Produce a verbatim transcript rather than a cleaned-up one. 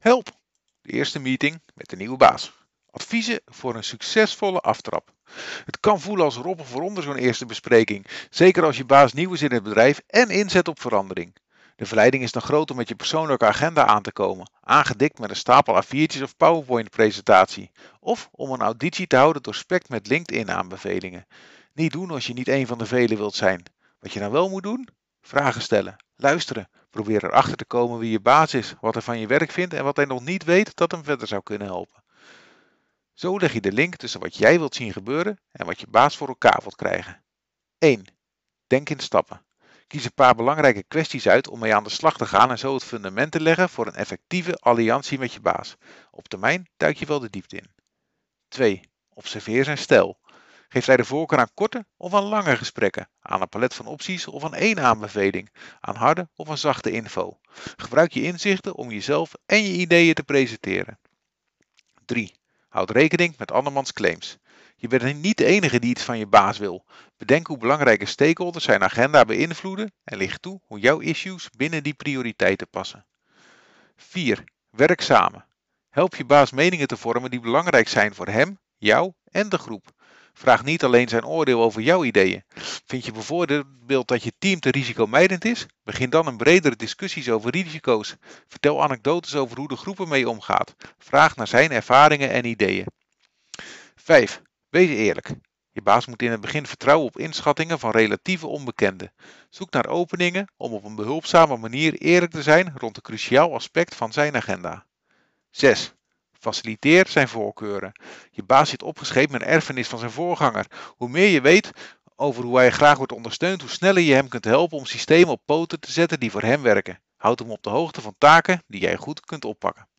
Help! De eerste meeting met de nieuwe baas. Adviezen voor een succesvolle aftrap. Het kan voelen als roppen vooronder zo'n eerste bespreking, zeker als je baas nieuw is in het bedrijf en inzet op verandering. De verleiding is dan groot om met je persoonlijke agenda aan te komen, aangedikt met een stapel A viertjes of PowerPoint presentatie, of om een auditie te houden doorspekt met LinkedIn aanbevelingen. Niet doen als je niet een van de velen wilt zijn. Wat je dan wel moet doen? Vragen stellen, luisteren, probeer erachter te komen wie je baas is, wat hij van je werk vindt en wat hij nog niet weet dat hem verder zou kunnen helpen. Zo leg je de link tussen wat jij wilt zien gebeuren en wat je baas voor elkaar wilt krijgen. één. Denk in stappen. Kies een paar belangrijke kwesties uit om mee aan de slag te gaan en zo het fundament te leggen voor een effectieve alliantie met je baas. Op termijn duik je wel de diepte in. twee. Observeer zijn stijl. Geeft hij de voorkeur aan korte of aan lange gesprekken, aan een palet van opties of aan één aanbeveling, aan harde of aan zachte info. Gebruik je inzichten om jezelf en je ideeën te presenteren. drie. Houd rekening met andermans claims. Je bent niet de enige die iets van je baas wil. Bedenk hoe belangrijke stakeholders zijn agenda beïnvloeden en lig toe hoe jouw issues binnen die prioriteiten passen. vier. Werk samen. Help je baas meningen te vormen die belangrijk zijn voor hem, jou en de groep. Vraag niet alleen zijn oordeel over jouw ideeën. Vind je bijvoorbeeld dat je team te risicomijdend is? Begin dan een bredere discussies over risico's. Vertel anekdotes over hoe de groep ermee omgaat. Vraag naar zijn ervaringen en ideeën. vijf. Wees eerlijk. Je baas moet in het begin vertrouwen op inschattingen van relatieve onbekenden. Zoek naar openingen om op een behulpzame manier eerlijk te zijn rond een cruciaal aspect van zijn agenda. zes. Faciliteer zijn voorkeuren. Je baas zit opgescheept met een erfenis van zijn voorganger. Hoe meer je weet over hoe hij graag wordt ondersteund, hoe sneller je hem kunt helpen om systemen op poten te zetten die voor hem werken. Houd hem op de hoogte van taken die jij goed kunt oppakken.